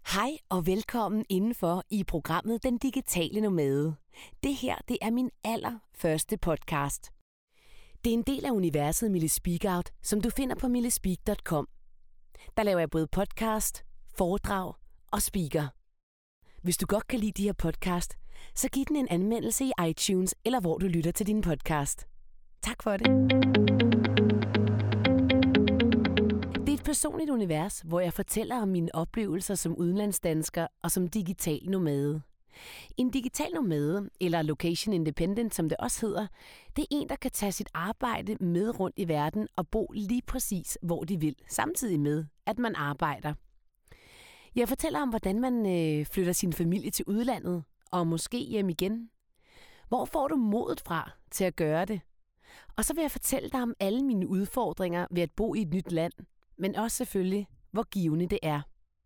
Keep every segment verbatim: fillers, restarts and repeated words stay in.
Hej og velkommen indenfor i programmet Den Digitale Nomade. Det her, det er min allerførste podcast. Det er en del af universet Mille Speak Out, som du finder på millespeak punktum com. Der laver jeg både podcast, foredrag og speaker. Hvis du godt kan lide de her podcast, så giv den en anmeldelse i iTunes eller hvor du lytter til din podcast. Tak for det. Det er et personligt univers, hvor jeg fortæller om mine oplevelser som udenlandsdansker og som digital nomade. En digital nomade, eller location independent, som det også hedder, det er en, der kan tage sit arbejde med rundt i verden og bo lige præcis, hvor de vil, samtidig med, at man arbejder. Jeg fortæller om, hvordan man øh, flytter sin familie til udlandet, og måske hjem igen. Hvor får du modet fra til at gøre det? Og så vil jeg fortælle dig om alle mine udfordringer ved at bo i et nyt land, men også selvfølgelig, hvor givende det er.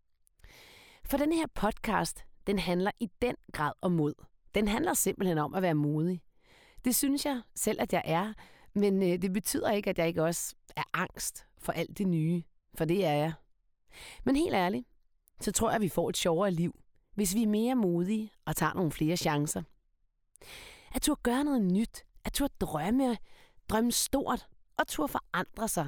For den her podcast, den handler i den grad om mod. Den handler simpelthen om at være modig. Det synes jeg selv, at jeg er, men øh, det betyder ikke, at jeg ikke også er angst for alt det nye, for det er jeg. Men helt ærligt, så tror jeg, at vi får et sjovere liv, hvis vi er mere modige og tager nogle flere chancer. At turde gøre noget nyt, at turde drømme, drømme stort og turde forandre sig.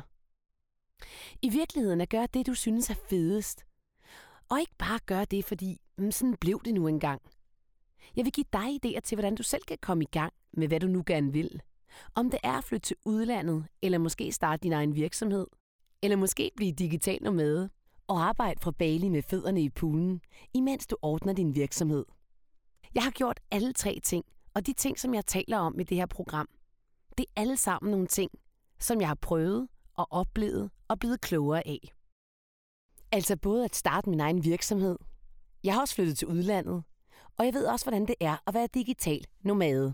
I virkeligheden at gøre det, du synes er fedest. Og ikke bare gøre det, fordi mm, sådan blev det nu engang. Jeg vil give dig idéer til, hvordan du selv kan komme i gang med, hvad du nu gerne vil. Om det er at flytte til udlandet, eller måske starte din egen virksomhed, eller måske blive digital nomade og arbejde fra Bali med fødderne i poolen, imens du ordner din virksomhed. Jeg har gjort alle tre ting, og de ting, som jeg taler om i det her program, det er alle sammen nogle ting, som jeg har prøvet og oplevet og blevet klogere af. Altså både at starte min egen virksomhed. Jeg har også flyttet til udlandet, og jeg ved også, hvordan det er at være digital nomade.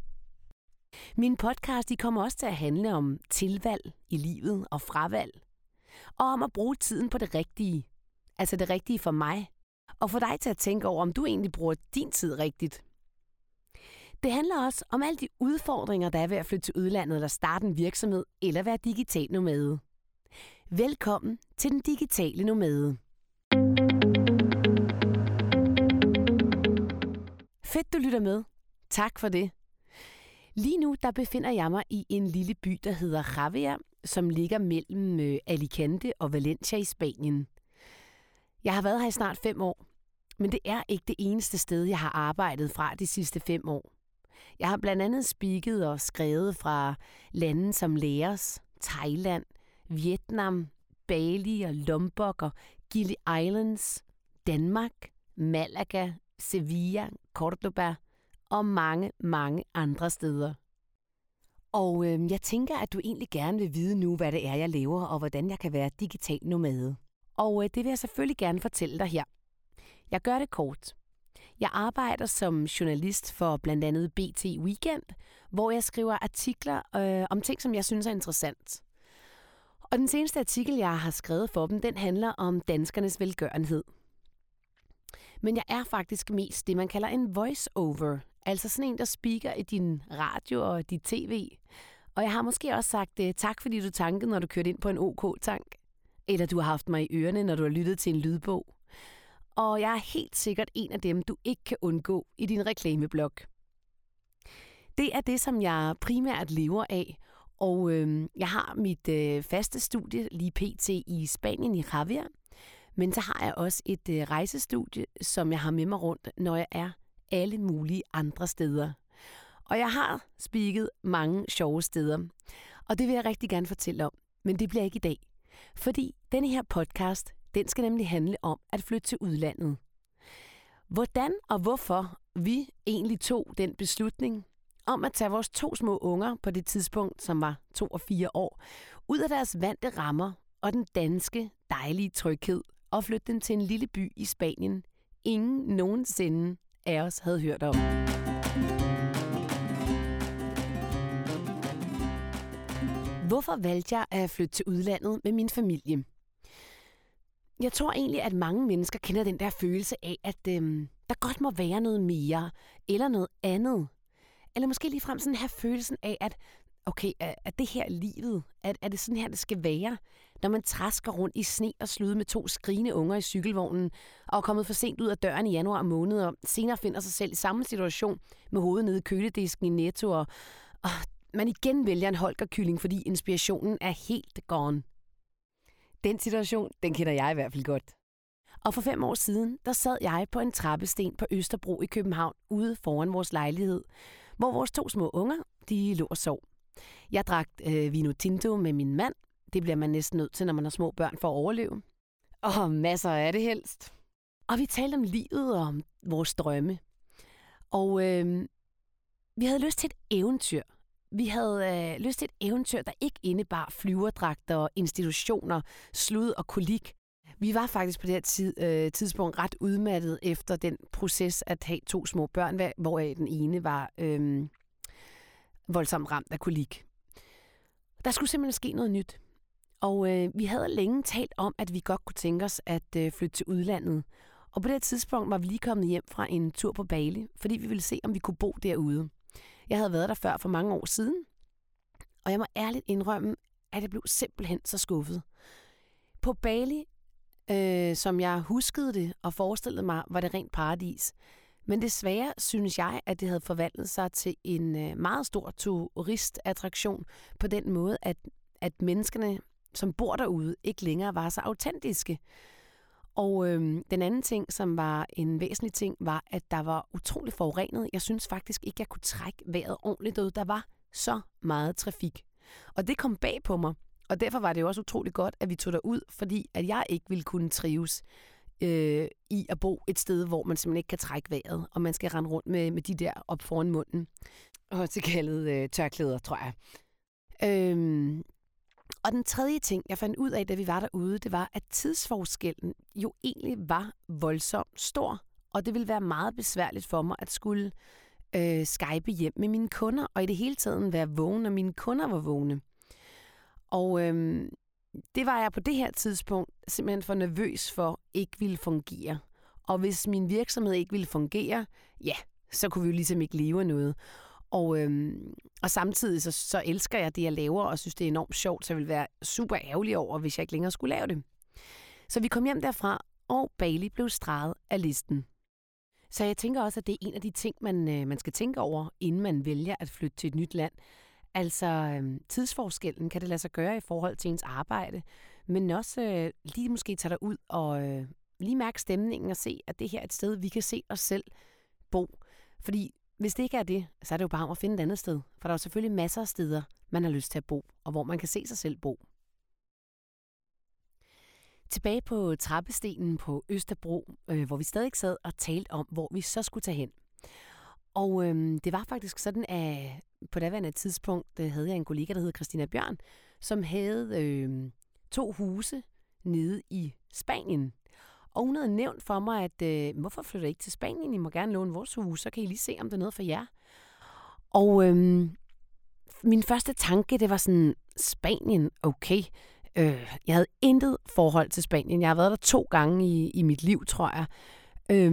Min podcast de kommer også til at handle om tilvalg i livet og fravalg, og om at bruge tiden på det rigtige, altså det rigtige for mig, og få dig til at tænke over, om du egentlig bruger din tid rigtigt. Det handler også om alle de udfordringer, der er ved at flytte til udlandet eller starte en virksomhed eller være digital nomade. Velkommen til Den Digitale Nomade. Fedt, du lytter med. Tak for det. Lige nu der befinder jeg mig i en lille by, der hedder Javea, som ligger mellem Alicante og Valencia i Spanien. Jeg har været her i snart fem år, men det er ikke det eneste sted, jeg har arbejdet fra de sidste fem år. Jeg har blandt andet speaket og skrevet fra lande som Laos, Thailand, Vietnam, Bali og Lombok og Gili Islands, Danmark, Malaga, Sevilla, Cordoba og mange, mange andre steder. Og øh, jeg tænker, at du egentlig gerne vil vide nu, hvad det er, jeg laver, og hvordan jeg kan være digital nomade. Og øh, det vil jeg selvfølgelig gerne fortælle dig her. Jeg gør det kort. Jeg arbejder som journalist for blandt andet B T Weekend, hvor jeg skriver artikler øh, om ting, som jeg synes er interessant. Og den seneste artikel, jeg har skrevet for dem, den handler om danskernes velgørenhed. Men jeg er faktisk mest det, man kalder en voice-over, altså sådan en, der speaker i din radio og dit tv. Og jeg har måske også sagt uh, tak, fordi du tankede, når du kørte ind på en OK-tank. Eller du har haft mig i ørerne, når du har lyttet til en lydbog. Og jeg er helt sikkert en af dem, du ikke kan undgå i din reklameblog. Det er det, som jeg primært lever af. Og øh, jeg har mit øh, faste studie lige pt. I Spanien i Javea. Men så har jeg også et øh, rejsestudie, som jeg har med mig rundt, når jeg er alle mulige andre steder. Og jeg har speaket mange sjove steder. Og det vil jeg rigtig gerne fortælle om. Men det bliver ikke i dag. Fordi denne her podcast, den skal nemlig handle om at flytte til udlandet. Hvordan og hvorfor vi egentlig tog den beslutning om at tage vores to små unger på det tidspunkt, som var to og fire år, ud af deres vante rammer og den danske dejlige tryghed og flytte dem til en lille by i Spanien, ingen nogensinde af os havde hørt om. Hvorfor valgte jeg at flytte til udlandet med min familie? Jeg tror egentlig, at mange mennesker kender den der følelse af, at øhm, der godt må være noget mere eller noget andet. Eller måske ligefrem sådan have følelsen af, at okay, er, er det her livet? Er, er det sådan her, det skal være? når man trasker rundt i sne og slud med to skrigende unger i cykelvognen, og er kommet for sent ud af døren i januar måned, og senere finder sig selv i samme situation med hovedet nede i køledisken i Netto, og, og man igen vælger en holgerkylling, fordi inspirationen er helt gone. Den situation, den kender jeg i hvert fald godt. Og for fem år siden, der sad jeg på en trappesten på Østerbro i København, ude foran vores lejlighed, hvor vores to små unger, de lå og sov. Jeg drak øh, vino tinto med min mand. Det bliver man næsten nødt til, når man har små børn for at overleve. Og masser af det helst. Og vi talte om livet og om vores drømme. Og øh, vi havde lyst til et eventyr. Vi havde øh, lyst til et eventyr, der ikke indebar flyverdragter og institutioner, slud og kolik. Vi var faktisk på det her tid, øh, tidspunkt ret udmattet efter den proces at have to små børn, hvoraf den ene var øh, voldsomt ramt af kolik. Der skulle simpelthen ske noget nyt. Og øh, vi havde længe talt om, at vi godt kunne tænke os at øh, flytte til udlandet. Og på det tidspunkt var vi lige kommet hjem fra en tur på Bali, fordi vi ville se, om vi kunne bo derude. Jeg havde været der før for mange år siden, og jeg må ærligt indrømme, at jeg blev simpelthen så skuffet. På Bali, øh, som jeg huskede det og forestillede mig, var det rent paradis. Men desværre synes jeg, at det havde forvandlet sig til en øh, meget stor turistattraktion på den måde, at, at menneskene, som bor derude, ikke længere var så autentiske. Og øh, den anden ting, som var en væsentlig ting, var, at der var utrolig forurenet. Jeg synes faktisk ikke, jeg kunne trække vejret ordentligt ud. Der var så meget trafik. Og det kom bag på mig. Og derfor var det jo også utrolig godt, at vi tog derud, fordi at jeg ikke ville kunne trives øh, i at bo et sted, hvor man simpelthen ikke kan trække vejret, og man skal rende rundt med, med de der op foran munden. Og til kaldet øh, tørklæder, tror jeg. Øhm, og den tredje ting, jeg fandt ud af, da vi var derude, det var, at tidsforskellen jo egentlig var voldsomt stor, og det ville være meget besværligt for mig at skulle øh, skype hjem med mine kunder, og i det hele taget være vågen, når mine kunder var vågne. Og øhm, det var jeg på det her tidspunkt simpelthen for nervøs for ikke ville fungere. Og hvis min virksomhed ikke ville fungere, ja, så kunne vi jo ligesom ikke leve af noget. Og, øhm, og samtidig så, så elsker jeg det, jeg laver, og synes, det er enormt sjovt, så jeg ville være super ærgerlig over, hvis jeg ikke længere skulle lave det. Så vi kom hjem derfra, og Bali blev streget af listen. Så jeg tænker også, at det er en af de ting, man, øh, man skal tænke over, inden man vælger at flytte til et nyt land. Altså øh, tidsforskellen kan det lade sig gøre i forhold til ens arbejde, men også øh, lige måske tage dig ud og øh, lige mærke stemningen og se, at det her er et sted, vi kan se os selv bo. Fordi hvis det ikke er det, så er det jo bare om at finde et andet sted. For der er jo selvfølgelig masser af steder, man har lyst til at bo, og hvor man kan se sig selv bo. Tilbage på trappestenen på Østerbro, øh, hvor vi stadig sad og talte om, hvor vi så skulle tage hen. Og øh, det var faktisk sådan, at på daværende tidspunkt øh, havde jeg en kollega, der hed Christina Bjørn, som havde øh, to huse nede i Spanien. Og hun havde nævnt for mig, at øh, hvorfor flytter I ikke til Spanien? I må gerne låne vores hus, så kan I lige se, om det er noget for jer. Og øh, min første tanke, det var sådan, Spanien, okay. Øh, jeg havde intet forhold til Spanien. Jeg har været der to gange i, i mit liv, tror jeg. Øh,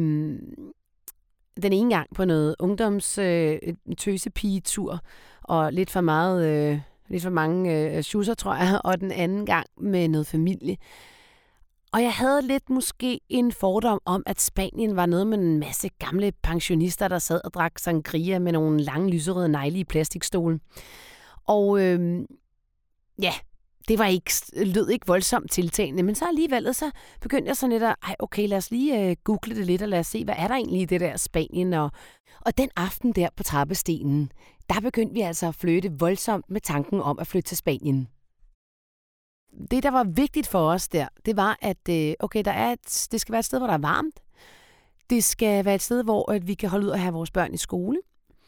den ene gang på noget ungdoms øh, tøsepigetur, og lidt for meget, øh, lidt for mange øh, schusser, tror jeg, og den anden gang med noget familie. Og jeg havde lidt måske en fordom om, at Spanien var noget med en masse gamle pensionister, der sad og drak sangria med nogle lange lyserøde negle i plastikstolen. Og øh, ja, det var ikke, lød ikke voldsomt tiltagende, men så alligevel, så begyndte jeg sådan lidt at, ej, okay, lad os lige uh, google det lidt, og lad os se, hvad er der egentlig i det der Spanien. Og, og den aften der på trappestenen, der begyndte vi altså at flytte voldsomt med tanken om at flytte til Spanien. Det, der var vigtigt for os der, det var, at okay, der er et, det skal være et sted, hvor der er varmt. Det skal være et sted, hvor at vi kan holde ud og have vores børn i skole.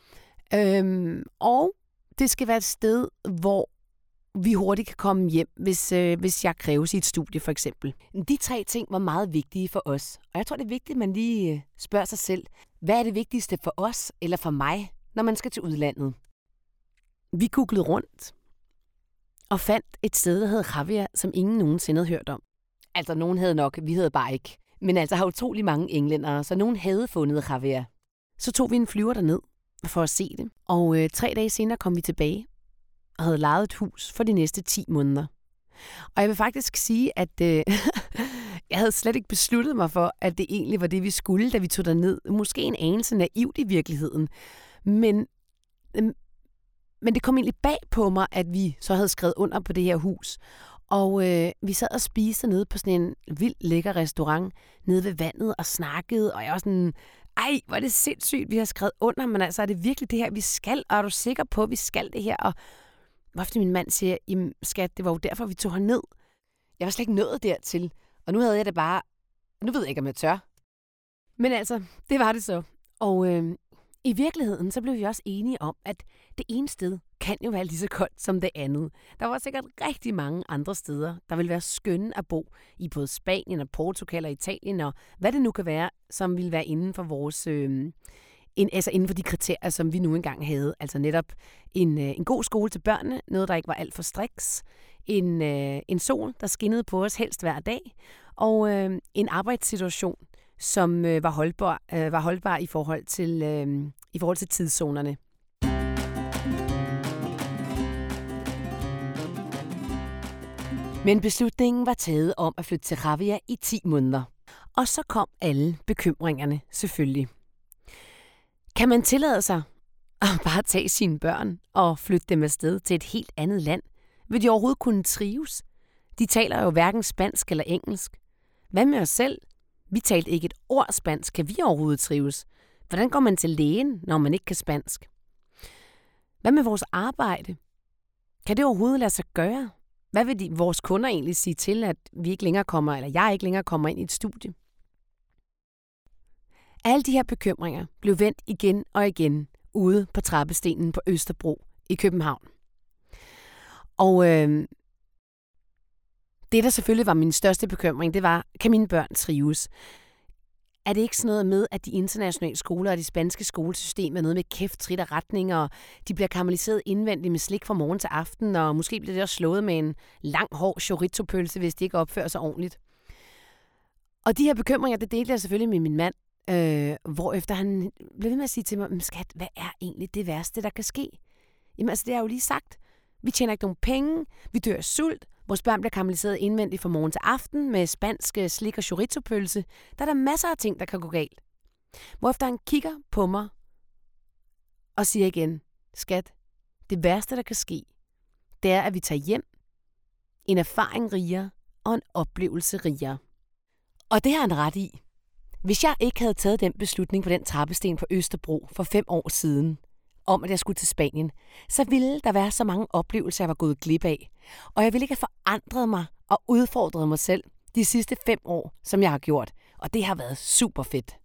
Øhm, og det skal være et sted, hvor vi hurtigt kan komme hjem, hvis, øh, hvis jeg kræves i et studie, for eksempel. De tre ting var meget vigtige for os. Og jeg tror, det er vigtigt, at man lige spørger sig selv, hvad er det vigtigste for os eller for mig, når man skal til udlandet? Vi googlede rundt og fandt et sted, der hed Javier, som ingen nogensinde havde hørt om. Altså, nogen havde nok, vi havde bare ikke. Men altså, har utrolig mange englændere, så nogen havde fundet Javier. Så tog vi en flyver derned for at se det. Og øh, tre dage senere kom vi tilbage og havde lejet et hus for de næste ti måneder. Og jeg vil faktisk sige, at øh, jeg havde slet ikke besluttet mig for, at det egentlig var det, vi skulle, da vi tog derned. Måske en anelse naivt i virkeligheden. Men, øh, men det kom egentlig bag på mig, at vi så havde skrevet under på det her hus. Og øh, vi sad og spiste nede på sådan en vildt lækker restaurant nede ved vandet og snakkede. Og jeg var sådan, ej, hvor er det sindssygt, vi har skrevet under. Men altså, er det virkelig det her, vi skal? Og er du sikker på, at vi skal det her? Og hvorfor min mand siger, jamen skat, det var jo derfor, vi tog herned. Jeg var slet ikke nået dertil. Og nu havde jeg det bare, nu ved jeg ikke, om jeg tør. Men altså, det var det så. Og øh, i virkeligheden, så blev vi også enige om, at det ene sted kan jo være lige så koldt som det andet. Der var sikkert rigtig mange andre steder, der ville være skønne at bo i både Spanien og Portugal og Italien og hvad det nu kan være, som ville være inden for vores, øh, in, altså inden for de kriterier, som vi nu engang havde. Altså netop en, øh, en god skole til børnene, noget der ikke var alt for striks, en, øh, en sol, der skinnede på os helst hver dag, og øh, en arbejdssituation, som øh, var holdbar, øh, var holdbar i forhold til øh, i forhold til tidszonerne. Men beslutningen var taget om at flytte til Javia i ti måneder. Og så kom alle bekymringerne selvfølgelig. Kan man tillade sig at bare tage sine børn og flytte dem afsted til et helt andet land? Vil de overhovedet kunne trives? De taler jo hverken spansk eller engelsk. Hvad med os selv? Vi talte ikke et ord spansk. Kan vi overhovedet trives? Hvordan går man til lægen, når man ikke kan spansk? Hvad med vores arbejde? Kan det overhovedet lade sig gøre? Hvad vil de, vores kunder egentlig sige til, at vi ikke længere kommer, eller jeg ikke længere kommer ind i et studie? Alle de her bekymringer blev vendt igen og igen ude på trappestenen på Østerbro i København. Og øh, det, der selvfølgelig var min største bekymring, det var, kan mine børn trives? Er det ikke sådan noget med, at de internationale skoler og de spanske skolesystem er noget med kæft, trit og retning, og de bliver karamelliseret indvendigt med slik fra morgen til aften, og måske bliver det også slået med en lang, hård chorizo-pølse, hvis de ikke opfører sig ordentligt? Og de her bekymringer, det delte jeg selvfølgelig med min mand, øh, hvorefter han blev ved med at sige til mig, skat, hvad er egentlig det værste, der kan ske? Jamen altså, det har jeg jo lige sagt. Vi tjener ikke nogen penge, vi dør af sult, vores børn bliver karamelliseret indvendigt fra morgen til aften med spansk slik og chorizo-pølse. Der er der masser af ting, der kan gå galt. Hvorefter han kigger på mig og siger igen, skat, det værste, der kan ske, det er, at vi tager hjem, en erfaring rigere og en oplevelse rigere. Og det har han ret i. Hvis jeg ikke havde taget den beslutning på den trappesten på Østerbro for fem år siden, om at jeg skulle til Spanien, så ville der være så mange oplevelser, jeg var gået glip af. Og jeg ville ikke have forandret mig og udfordret mig selv de sidste fem år, som jeg har gjort. Og det har været super fedt.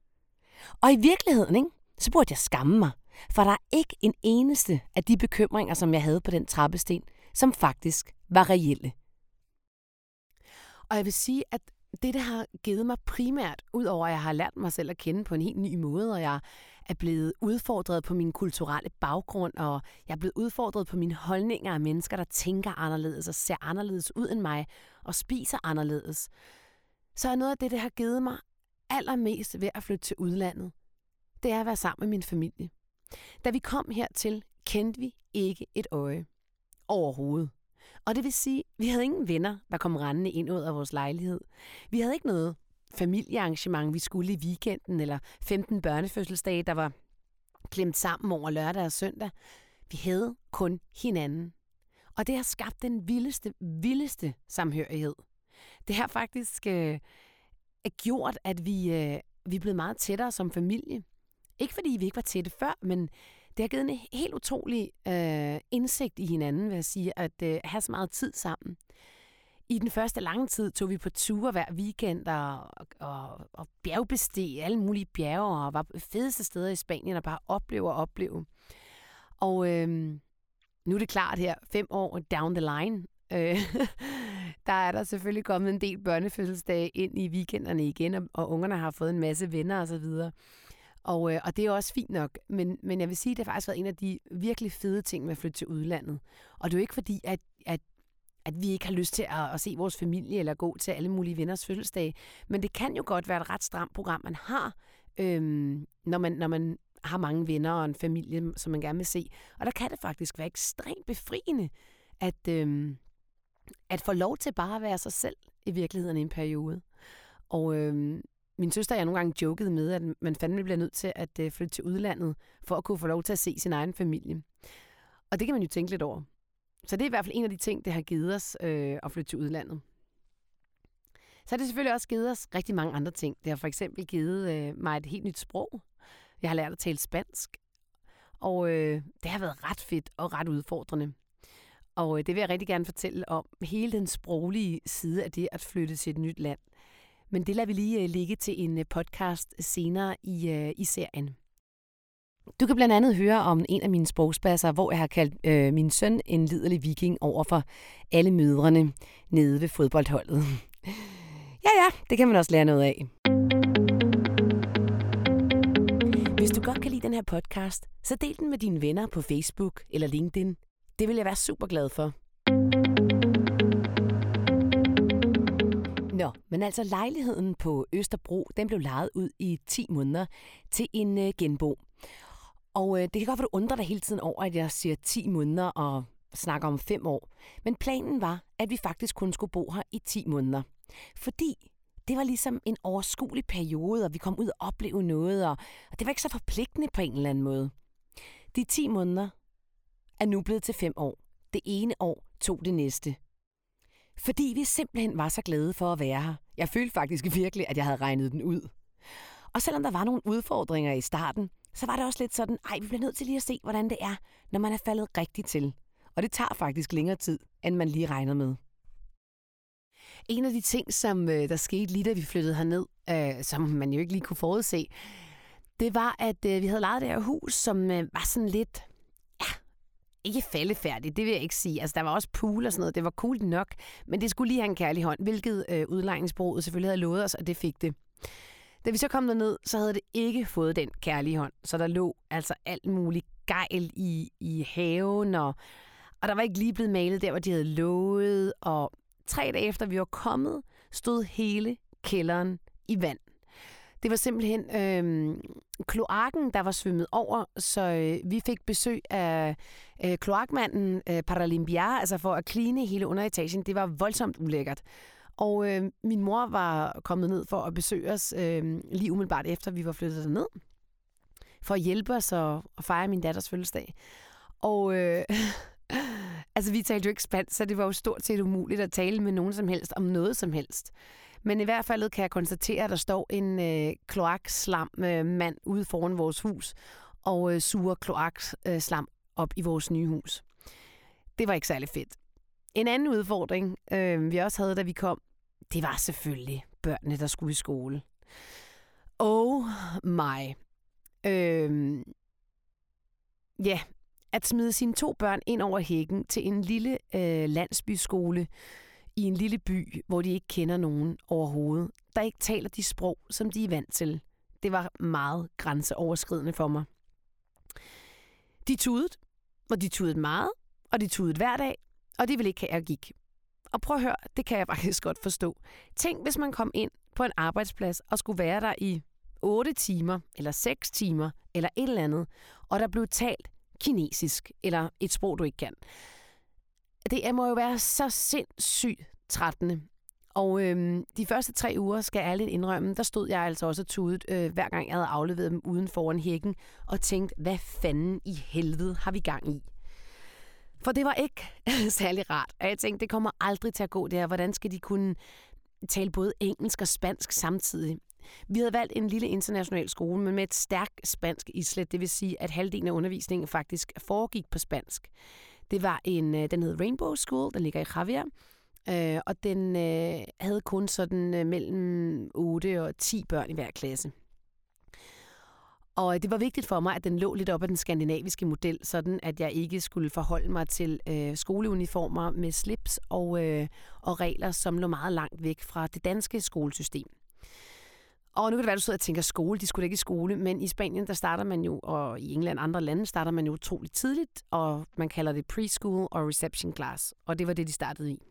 Og i virkeligheden, ikke, så burde jeg skamme mig, for der er ikke en eneste af de bekymringer, som jeg havde på den trappesten, som faktisk var reelle. Og jeg vil sige, at det, der har givet mig primært, udover at jeg har lært mig selv at kende på en helt ny måde, og jeg er blevet udfordret på min kulturelle baggrund, og jeg er blevet udfordret på mine holdninger af mennesker, der tænker anderledes og ser anderledes ud end mig, og spiser anderledes, så er noget af det, det har givet mig allermest ved at flytte til udlandet, det er at være sammen med min familie. Da vi kom hertil, kendte vi ikke et øje overhovedet. Og det vil sige, at vi havde ingen venner, der kom rendende ind ud af vores lejlighed. Vi havde ikke noget familiearrangement, vi skulle i weekenden, eller femten børnefødselsdage, der var klemt sammen over lørdag og søndag. Vi havde kun hinanden. Og det har skabt den vildeste, vildeste samhørighed. Det har faktisk øh, gjort, at vi, øh, vi er blevet meget tættere som familie. Ikke fordi vi ikke var tætte før, men det har givet en helt utrolig øh, indsigt i hinanden, vil jeg sige, at øh, have så meget tid sammen. I den første lange tid tog vi på ture hver weekend og, og, og bjergbesteg alle mulige bjerge og var fedeste steder i Spanien og bare opleve og opleve. Og øh, nu er det klart her, fem år down the line, øh, der er der selvfølgelig kommet en del børnefødselsdage ind i weekenderne igen, og, og ungerne har fået en masse venner og så videre. Og, øh, og det er også fint nok, men, men jeg vil sige, at det har faktisk været en af de virkelig fede ting med at flytte til udlandet. Og det er jo ikke fordi, at, at, at vi ikke har lyst til at, at se vores familie eller gå til alle mulige venners fødselsdage, men det kan jo godt være et ret stramt program, man har, øhm, når, man, når man har mange venner og en familie, som man gerne vil se. Og der kan det faktisk være ekstremt befriende, at, øhm, at få lov til bare at være sig selv i virkeligheden i en periode. Og øh, min søster og jeg nogle gange jokede med, at man fandme bliver nødt til at øh, flytte til udlandet, for at kunne få lov til at se sin egen familie. Og det kan man jo tænke lidt over. Så det er i hvert fald en af de ting, det har givet os øh, at flytte til udlandet. Så har det selvfølgelig også givet os rigtig mange andre ting. Det har for eksempel givet øh, mig et helt nyt sprog. Jeg har lært at tale spansk. Og øh, det har været ret fedt og ret udfordrende. Og øh, det vil jeg rigtig gerne fortælle om. Hele den sproglige side af det at flytte til et nyt land. Men det lader vi lige øh, ligge til en øh, podcast senere i, øh, i serien. Du kan blandt andet høre om en af mine sprogspasser, hvor jeg har kaldt øh, min søn en liderlig viking over for alle mødrene nede ved fodboldholdet. Ja, ja, det kan man også lære noget af. Hvis du godt kan lide den her podcast, så del den med dine venner på Facebook eller LinkedIn. Det vil jeg være super glad for. Nå, men altså lejligheden på Østerbro, den blev lejet ud i ti måneder til en øh, genbo. Og øh, det kan godt være, du undrer dig hele tiden over, at jeg siger ti måneder og snakker om fem år. Men planen var, at vi faktisk kun skulle bo her i ti måneder. Fordi det var ligesom en overskuelig periode, og vi kom ud og opleve noget, og, og det var ikke så forpligtende på en eller anden måde. De ti måneder er nu blevet til fem år. Det ene år tog det næste. Fordi vi simpelthen var så glade for at være her. Jeg følte faktisk virkelig, at jeg havde regnet den ud. Og selvom der var nogle udfordringer i starten, så var det også lidt sådan, ej, vi bliver nødt til lige at se, hvordan det er, når man er faldet rigtigt til. Og det tager faktisk længere tid, end man lige regner med. En af de ting, som øh, der skete lige da vi flyttede herned, øh, som man jo ikke lige kunne forudse, det var, at øh, vi havde lejet det her hus, som øh, var sådan lidt, ja, ikke faldefærdigt, det vil jeg ikke sige. Altså, der var også pool og sådan noget, det var cool nok, men det skulle lige have en kærlig hånd, hvilket øh, udlejningsbureauet selvfølgelig havde lovet os, og det fik det. Da vi så kom derned, så havde det ikke fået den kærlige hånd, så der lå altså alt muligt gejl i, i haven, og, og der var ikke lige blevet malet der, hvor de havde lovet, og tre dage efter vi var kommet, stod hele kælderen i vand. Det var simpelthen øh, kloakken, der var svømmet over, så øh, vi fik besøg af øh, kloakmanden øh, Paralimpiar, altså for at cleane hele underetagen. Det var voldsomt ulækkert. Og øh, min mor var kommet ned for at besøge os øh, lige umiddelbart efter, vi var flyttet derned, for at hjælpe os og, og fejre min datters fødselsdag. Og øh, altså, vi talte jo ikke spansk, så det var jo stort set umuligt at tale med nogen som helst om noget som helst. Men i hvert fald kan jeg konstatere, at der står en øh, kloakslam øh, mand ude foran vores hus og øh, suger kloakslam op i vores nye hus. Det var ikke særlig fedt. En anden udfordring, øh, vi også havde, da vi kom, det var selvfølgelig børnene, der skulle i skole. Oh my. Øh, ja, yeah. At smide sine to børn ind over hækken til en lille øh, landsbyskole i en lille by, hvor de ikke kender nogen overhovedet, der ikke taler de sprog, som de er vant til. Det var meget grænseoverskridende for mig. De tudede, og de tudede meget, og de tudede hver dag, og de ville ikke have, at jeg gik. Og prøv at høre, det kan jeg faktisk godt forstå. Tænk, hvis man kom ind på en arbejdsplads og skulle være der i otte timer, eller seks timer, eller et eller andet, og der blev talt kinesisk, eller et sprog, du ikke kan. Det må jo være så sindssygt trættende. Og øhm, de første tre uger, skal jeg ærligt indrømme, der stod jeg altså også tudet, øh, hver gang jeg havde afleveret dem uden foran hækken, og tænkte, hvad fanden i helvede har vi gang i? For det var ikke særlig rart. Og jeg tænkte, det kommer aldrig til at gå det her. Hvordan skal de kunne tale både engelsk og spansk samtidig? Vi havde valgt en lille international skole, men med et stærkt spansk islet. Det vil sige, at halvdelen af undervisningen faktisk foregik på spansk. Det var en, den hed Rainbow School, den ligger i Javier, øh, og den øh, havde kun sådan øh, mellem otte og ti børn i hver klasse. Og det var vigtigt for mig, at den lå lidt op ad den skandinaviske model, sådan at jeg ikke skulle forholde mig til øh, skoleuniformer med slips og, øh, og regler, som lå meget langt væk fra det danske skolesystem. Og nu kan det være, at du sidder og tænker, skole, de skulle ikke i skole, men i Spanien, der starter man jo, og i England og andre lande, starter man jo utroligt tidligt, og man kalder det preschool og reception class, og det var det, de startede i.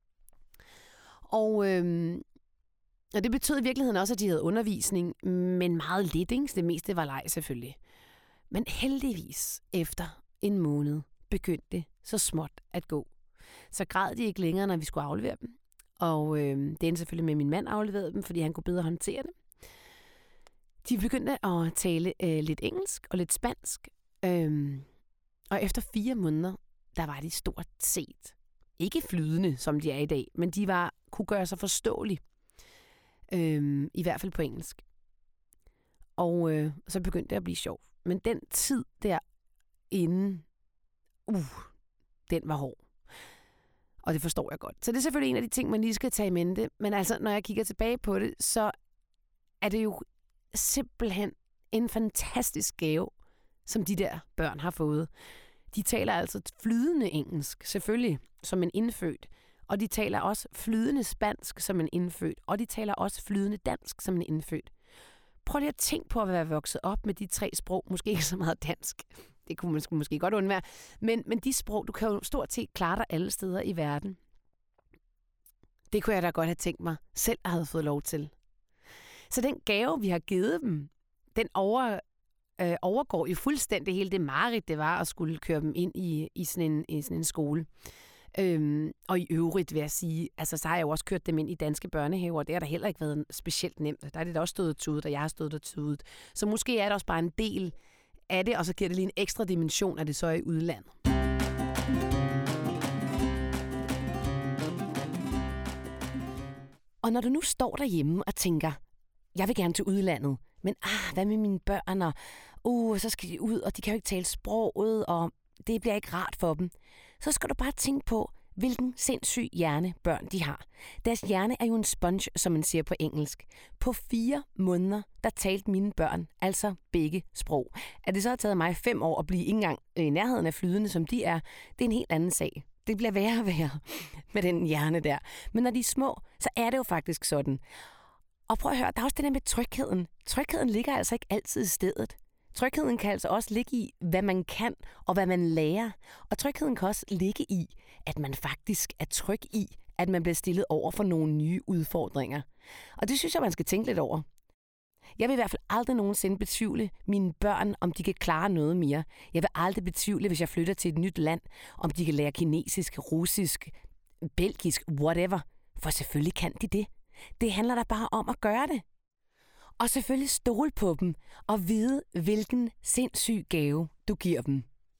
Og, øhm, og det betød i virkeligheden også, at de havde undervisning, men meget lidt, ikke? Det meste var leg selvfølgelig. Men heldigvis, efter en måned, begyndte det så småt at gå. så græd de ikke længere, når vi skulle aflevere dem. Og øh, det endte selvfølgelig med, at min mand afleverede dem, fordi han kunne bedre håndtere det. De begyndte at tale øh, lidt engelsk og lidt spansk. Øh, og efter fire måneder, der var de stort set ikke flydende, som de er i dag, men de var kunne gøre sig forståelige. Øh, I hvert fald på engelsk. Og øh, så begyndte det at blive sjovt. Men den tid der inden, uh, den var hård. Og det forstår jeg godt. Så det er selvfølgelig en af de ting, man lige skal tage i mente. Men altså, når jeg kigger tilbage på det, så er det jo simpelthen en fantastisk gave, som de der børn har fået. De taler altså flydende engelsk, selvfølgelig, som en indfødt. Og de taler også flydende spansk som en indfødt. Og de taler også flydende dansk som en indfødt. Prøv lige at tænke på at være vokset op med de tre sprog. Måske ikke så meget dansk. Det kunne man måske godt undvære. Men, men de sprog, du kan jo stort set klare dig alle steder i verden. Det kunne jeg da godt have tænkt mig selv at have fået lov til. Så den gave, vi har givet dem, den over, øh, overgår jo fuldstændig hele det mareridt, det var at skulle køre dem ind i, i, sådan, en, i sådan en skole. Øhm, og i øvrigt vil jeg sige, altså så har jeg jo også kørt dem ind i danske børnehaver, og det har der heller ikke været specielt nemt. Der er det da også stået tudet, og jeg har stået der tudet. Så måske er det også bare en del af det, og så giver det lige en ekstra dimension, at det så er i udlandet. Og når du nu står derhjemme og tænker, jeg vil gerne til udlandet, men ah, hvad med mine børn, og uh, så skal de ud, og de kan jo ikke tale sproget, og det bliver ikke rart for dem. Så skal du bare tænke på, hvilken sindssyg hjerne børn de har. Deres hjerne er jo en sponge, som man siger på engelsk. På fire måneder, der talte mine børn altså begge sprog. At det så har taget mig fem år at blive ikke engang i nærheden af flydende, som de er, det er en helt anden sag. Det bliver værre og værre med den hjerne der. Men når de er små, så er det jo faktisk sådan. Og prøv at høre, der er også det der med trygheden. Trygheden ligger altså ikke altid i stedet. Trygheden kan altså også ligge i, hvad man kan og hvad man lærer. Og trygheden kan også ligge i, at man faktisk er tryg i, at man bliver stillet over for nogle nye udfordringer. Og det synes jeg, man skal tænke lidt over. Jeg vil i hvert fald aldrig nogensinde betvivle mine børn, om de kan klare noget mere. Jeg vil aldrig betvivle, hvis jeg flytter til et nyt land, om de kan lære kinesisk, russisk, belgisk, whatever. For selvfølgelig kan de det. Det handler da bare om at gøre det. Og selvfølgelig stole på dem og vide, hvilken sindssyg gave du giver dem.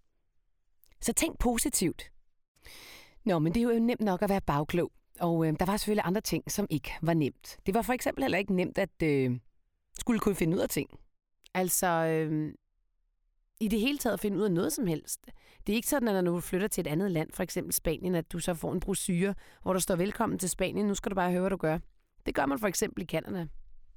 Så tænk positivt. Nå, men det er jo nemt nok at være bagklog. Og øh, der var selvfølgelig andre ting, som ikke var nemt. Det var for eksempel heller ikke nemt at øh, skulle kunne finde ud af ting. Altså, øh, i det hele taget finde ud af noget som helst. Det er ikke sådan, at når du flytter til et andet land, for eksempel Spanien, at du så får en brochure, hvor der står velkommen til Spanien, nu skal du bare høre, hvad du gør. Det gør man for eksempel i Canada.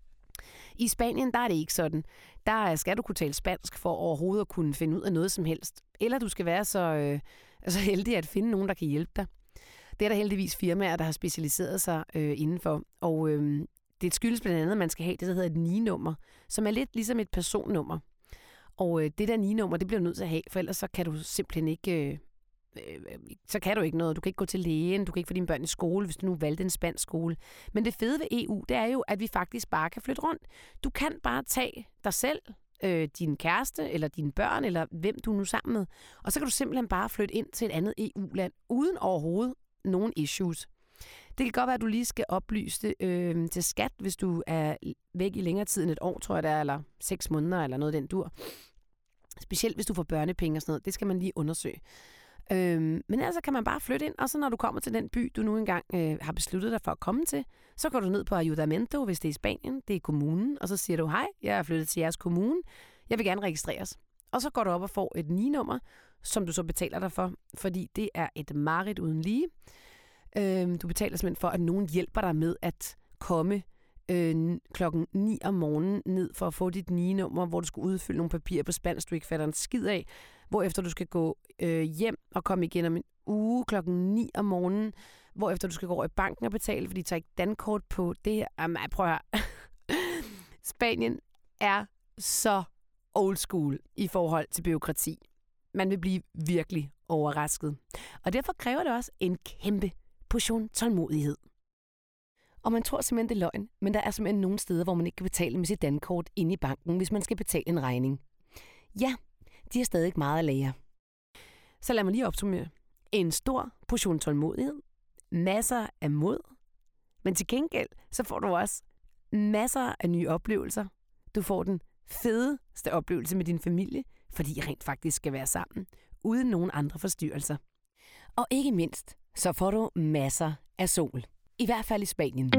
I Spanien, der er det ikke sådan. Der skal du kunne tale spansk for overhovedet at kunne finde ud af noget som helst. Eller du skal være så, øh, så heldig at finde nogen, der kan hjælpe dig. Det er der heldigvis firmaer, der har specialiseret sig øh, indenfor. Og øh, det skyldes blandt andet, at man skal have det, der hedder et N I-nummer, som er lidt ligesom et personnummer. Og øh, det der N I-nummer, det bliver du nødt til at have, for ellers så kan du simpelthen ikke... Øh, så kan du ikke noget. Du kan ikke gå til lægen, du kan ikke få dine børn i skole, hvis du nu valgte en spansk skole. Men det fede ved E U, det er jo, at vi faktisk bare kan flytte rundt. Du kan bare tage dig selv, øh, din kæreste, eller dine børn, eller hvem du er nu sammen med, og så kan du simpelthen bare flytte ind til et andet E U-land, uden overhovedet nogen issues. Det kan godt være, at du lige skal oplyse det øh, til skat, hvis du er væk i længere tid end et år, tror jeg det er, eller seks måneder, eller noget den dur. Specielt hvis du får børnepenge og sådan noget. Det skal man lige undersøge. Øhm, men altså kan man bare flytte ind, og så når du kommer til den by, du nu engang øh, har besluttet dig for at komme til, så går du ned på Ayuntamiento, hvis det er i Spanien, det er kommunen, og så siger du, hej, jeg er flyttet til jeres kommune, jeg vil gerne registreres. Og så går du op og får et N I-nummer, som du så betaler dig for, fordi det er et mareridt uden lige. Øhm, du betaler simpelthen for, at nogen hjælper dig med at komme øh, klokken ni om morgenen ned for at få dit N I-nummer, hvor du skal udfylde nogle papirer på spansk, du ikke fatter en skid af, hvorefter du skal gå øh, hjem og komme igen om en uge klokken ni om morgenen, hvorefter du skal gå over i banken og betale, fordi de tager ikke dankort på det. Jamen, prøv at høre. Spanien er så old school i forhold til bureaukrati. Man vil blive virkelig overrasket. Og derfor kræver det også en kæmpe portion tålmodighed. Og man tror simpelthen, det er løgn, men der er simpelthen nogle steder, hvor man ikke kan betale med sit dankort inde i banken, hvis man skal betale en regning. Ja, de har stadig meget at lære. Så lad mig lige opsummere. en stor portion tålmodighed, masser af mod, men til gengæld, så får du også masser af nye oplevelser. Du får den fedeste oplevelse med din familie, fordi I rent faktisk skal være sammen, uden nogen andre forstyrrelser. Og ikke mindst, så får du masser af sol. I hvert fald i Spanien.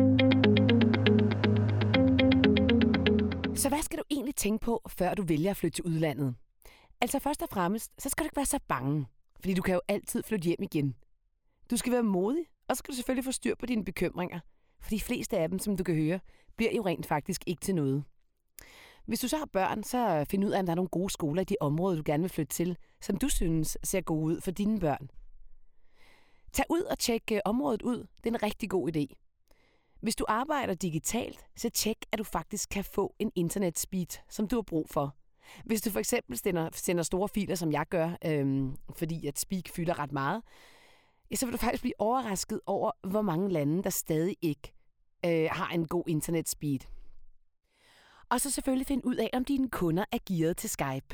Så hvad skal du egentlig tænke på, før du vælger at flytte til udlandet? Altså først og fremmest, så skal du ikke være så bange, fordi du kan jo altid flytte hjem igen. Du skal være modig, og så skal du selvfølgelig få styr på dine bekymringer, for de fleste af dem, som du kan høre, bliver jo rent faktisk ikke til noget. Hvis du så har børn, så find ud af, om der er nogle gode skoler i de områder, du gerne vil flytte til, som du synes ser gode ud for dine børn. Tag ud og tjek området ud. Det er en rigtig god idé. Hvis du arbejder digitalt, så tjek, at du faktisk kan få en internetspeed, som du har brug for. Hvis du for eksempel sender, sender store filer, som jeg gør, øhm, fordi at speak fylder ret meget, ja, så vil du faktisk blive overrasket over, hvor mange lande, der stadig ikke øh, har en god internetspeed. Og så selvfølgelig finde ud af, om dine kunder er gearet til Skype.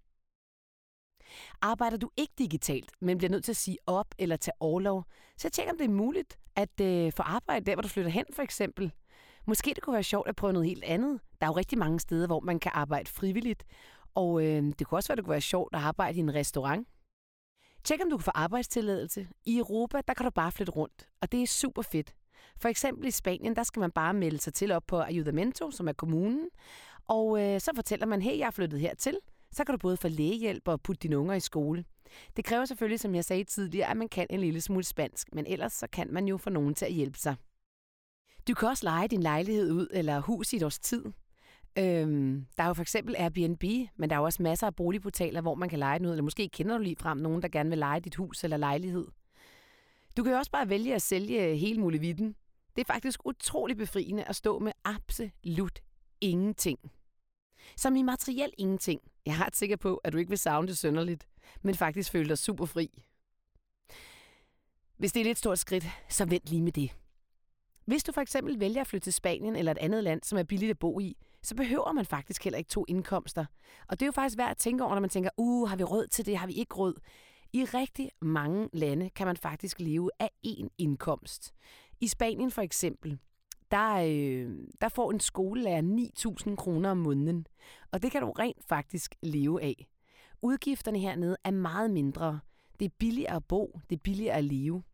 Arbejder du ikke digitalt, men bliver nødt til at sige op eller tage orlov, så tjek, om det er muligt at øh, få arbejde der, hvor du flytter hen for eksempel. Måske det kunne være sjovt at prøve noget helt andet. Der er jo rigtig mange steder, hvor man kan arbejde frivilligt, og øh, det kunne også være, det kunne være sjovt at arbejde i en restaurant. Tjek, om du kan få arbejdstilladelse. I Europa, der kan du bare flytte rundt, og det er super fedt. For eksempel i Spanien, der skal man bare melde sig til op på Ayuntamiento, som er kommunen, og øh, så fortæller man, hey, jeg er flyttet hertil. Så kan du både få lægehjælp og putte dine unger i skole. Det kræver selvfølgelig, som jeg sagde tidligere, at man kan en lille smule spansk, men ellers så kan man jo få nogen til at hjælpe sig. Du kan også leje din lejlighed ud eller hus i et års tid. Øhm, der er jo for eksempel Airbnb, men der er jo også masser af boligportaler, hvor man kan leje den ud, eller måske kender du ligefrem nogen, der gerne vil leje dit hus eller lejlighed. Du kan jo også bare vælge at sælge hele muligheden. Det er faktisk utrolig befriende at stå med absolut ingenting. Som i materiel ingenting. Jeg er ret sikker på, at du ikke vil savne det synderligt, men faktisk føle dig super fri. Hvis det er et lidt stort skridt, så vent lige med det. Hvis du for eksempel vælger at flytte til Spanien eller et andet land, som er billigt at bo i, så behøver man faktisk heller ikke to indkomster. Og det er jo faktisk værd at tænke over, når man tænker, uh, har vi råd til det, har vi ikke råd? I rigtig mange lande kan man faktisk leve af én indkomst. I Spanien for eksempel, der, øh, der får en skolelærer ni tusind kroner om måneden. Og det kan du rent faktisk leve af. Udgifterne hernede er meget mindre. Det er billigere at bo, det er billigere at leve.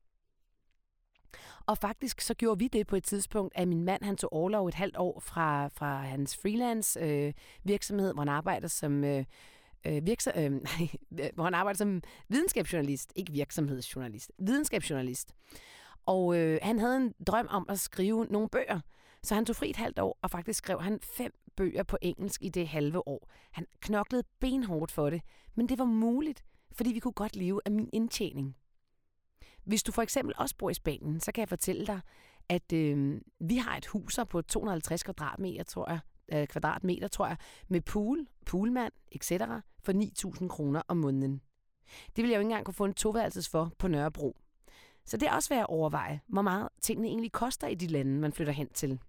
Og faktisk så gjorde vi det på et tidspunkt, at min mand han tog orlov et halvt år fra, fra hans freelance øh, virksomhed, hvor han arbejder som øh, virksom, øh, hvor han arbejder som videnskabsjournalist, ikke virksomhedsjournalist, videnskabsjournalist. Og øh, han havde en drøm om at skrive nogle bøger, så han tog fri et halvt år, og faktisk skrev han fem bøger på engelsk i det halve år. Han knoklede benhårdt for det, men det var muligt, fordi vi kunne godt leve af min indtjening. Hvis du for eksempel også bor i Spanien, så kan jeg fortælle dig, at øh, vi har et hus på to hundrede og halvtreds kvadratmeter, tror jeg, øh, kvadratmeter, tror jeg, med pool, poolmand, et cetera for ni tusind kroner om måneden. Det vil jeg jo ikke engang kunne få en toværelses for på Nørrebro. Så det er også værd at overveje, hvor meget tingene egentlig koster i de lande, man flytter hen til.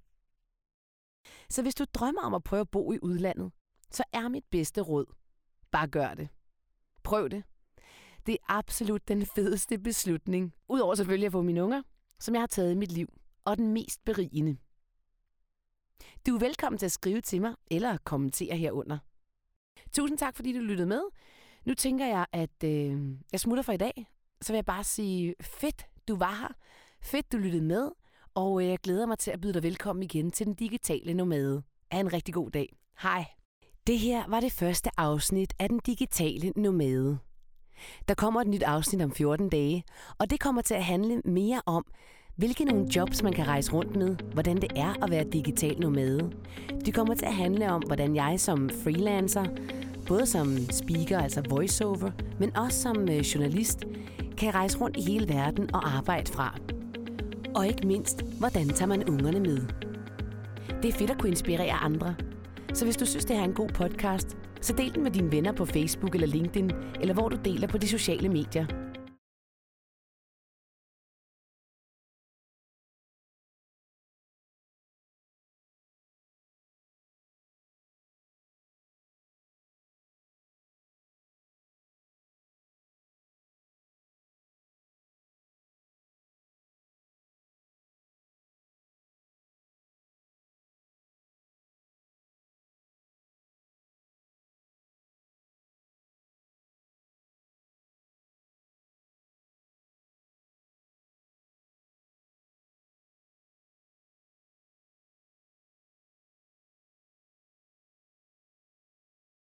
Så hvis du drømmer om at prøve at bo i udlandet, så er mit bedste råd, bare gør det. Prøv det. Det er absolut den fedeste beslutning, udover selvfølgelig at få mine unger, som jeg har taget i mit liv, og den mest berigende. Du er velkommen til at skrive til mig, eller kommentere herunder. Tusind tak, fordi du lyttede med. Nu tænker jeg, at øh, jeg smutter for i dag. Så vil jeg bare sige, fedt, du var her. Fedt, du lyttede med. Og jeg glæder mig til at byde dig velkommen igen til Den Digitale Nomade. Ha' en rigtig god dag. Hej. Det her var det første afsnit af Den Digitale Nomade. Der kommer et nyt afsnit om fjorten dage, og det kommer til at handle mere om, hvilke nogle jobs man kan rejse rundt med, hvordan det er at være digital nomade. Det kommer til at handle om, hvordan jeg som freelancer, både som speaker, altså voiceover, men også som journalist, kan rejse rundt i hele verden og arbejde fra. Og ikke mindst, hvordan tager man ungerne med. Det er fedt at kunne inspirere andre. Så hvis du synes, det her er en god podcast, så del den med dine venner på Facebook eller LinkedIn, eller hvor du deler på de sociale medier.